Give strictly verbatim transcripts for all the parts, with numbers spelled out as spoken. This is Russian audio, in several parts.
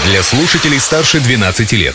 для слушателей старше двенадцати лет.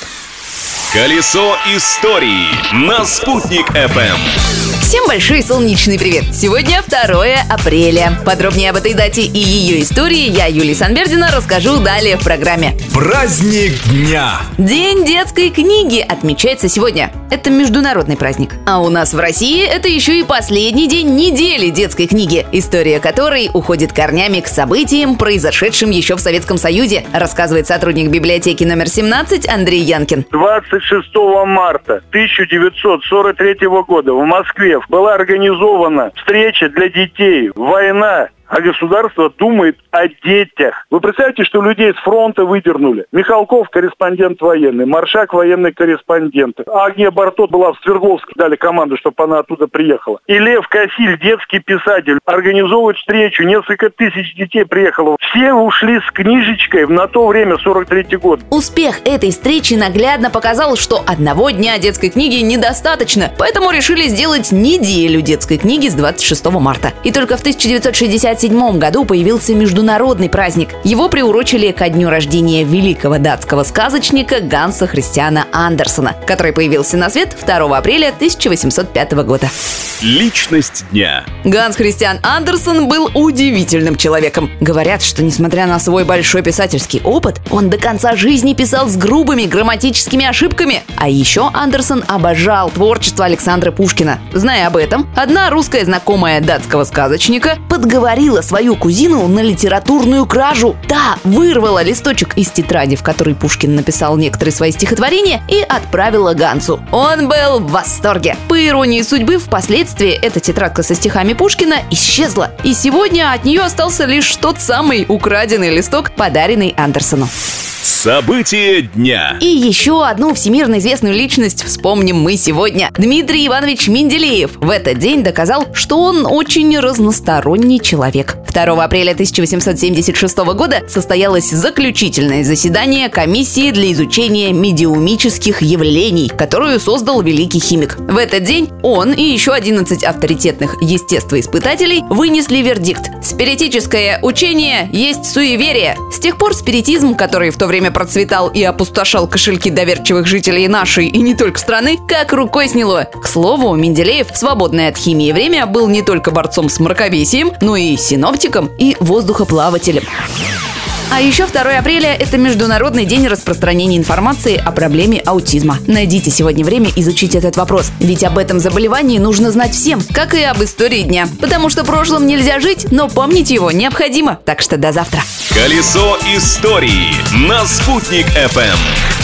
Колесо истории на Спутник эф эм. Всем большой солнечный привет! Сегодня второе апреля. Подробнее об этой дате и ее истории я, Юлия Санбердина, расскажу далее в программе. Праздник дня! День детской книги отмечается сегодня. Это международный праздник. А у нас в России это еще и последний день недели детской книги, история которой уходит корнями к событиям, произошедшим еще в Советском Союзе, рассказывает сотрудник библиотеки номер семнадцать Андрей Янкин. двадцать шестого марта тысяча девятьсот сорок третьего года в Москве была организована встреча для детей «Война». А государство думает о детях. Вы представляете, что людей с фронта выдернули? Михалков – корреспондент военный, Маршак – военный корреспондент. Агния Барто была в Свердловске, дали команду, чтобы она оттуда приехала. И Лев Косиль, детский писатель, организовывает встречу. Несколько тысяч детей приехало. Все ушли с книжечкой на то время, сорок третий год. Успех этой встречи наглядно показал, что одного дня детской книги недостаточно. Поэтому решили сделать неделю детской книги с двадцать шестого марта. И только в тысяча девятьсот шестьдесят седьмом году появился международный праздник. Его приурочили ко дню рождения великого датского сказочника Ганса Христиана Андерсена, который появился на свет второго апреля тысяча восемьсот пятого года. Личность дня. Ганс Христиан Андерсен был удивительным человеком. Говорят, что несмотря на свой большой писательский опыт, он до конца жизни писал с грубыми грамматическими ошибками. А еще Андерсен обожал творчество Александра Пушкина. Зная об этом, одна русская знакомая датского сказочника подговорила свою кузину на литературную кражу. Та вырвала листочек из тетради, в которой Пушкин написал некоторые свои стихотворения, и отправила Гансу. Он был в восторге. По иронии судьбы, впоследствии эта тетрадка со стихами Пушкина исчезла. И сегодня от нее остался лишь тот самый украденный листок, подаренный Андерсену. События дня. И еще одну всемирно известную личность вспомним мы сегодня. Дмитрий Иванович Менделеев в этот день доказал, что он очень разносторонний человек. второго апреля тысяча восемьсот семьдесят шестого года состоялось заключительное заседание комиссии для изучения медиумических явлений, которую создал великий химик. В этот день он и еще одиннадцать авторитетных естествоиспытателей вынесли вердикт: спиритическое учение есть суеверие. С тех пор спиритизм, который в то время процветал и опустошал кошельки доверчивых жителей нашей и не только страны, как рукой сняло. К слову, Менделеев в свободное от химии время был не только борцом с мракобесием, но и синоптиком и воздухоплавателем. А еще второго апреля – это Международный день распространения информации о проблеме аутизма. Найдите сегодня время изучить этот вопрос, ведь об этом заболевании нужно знать всем, как и об истории дня. Потому что прошлым нельзя жить, но помнить его необходимо. Так что до завтра. Колесо истории на Спутник эф эм.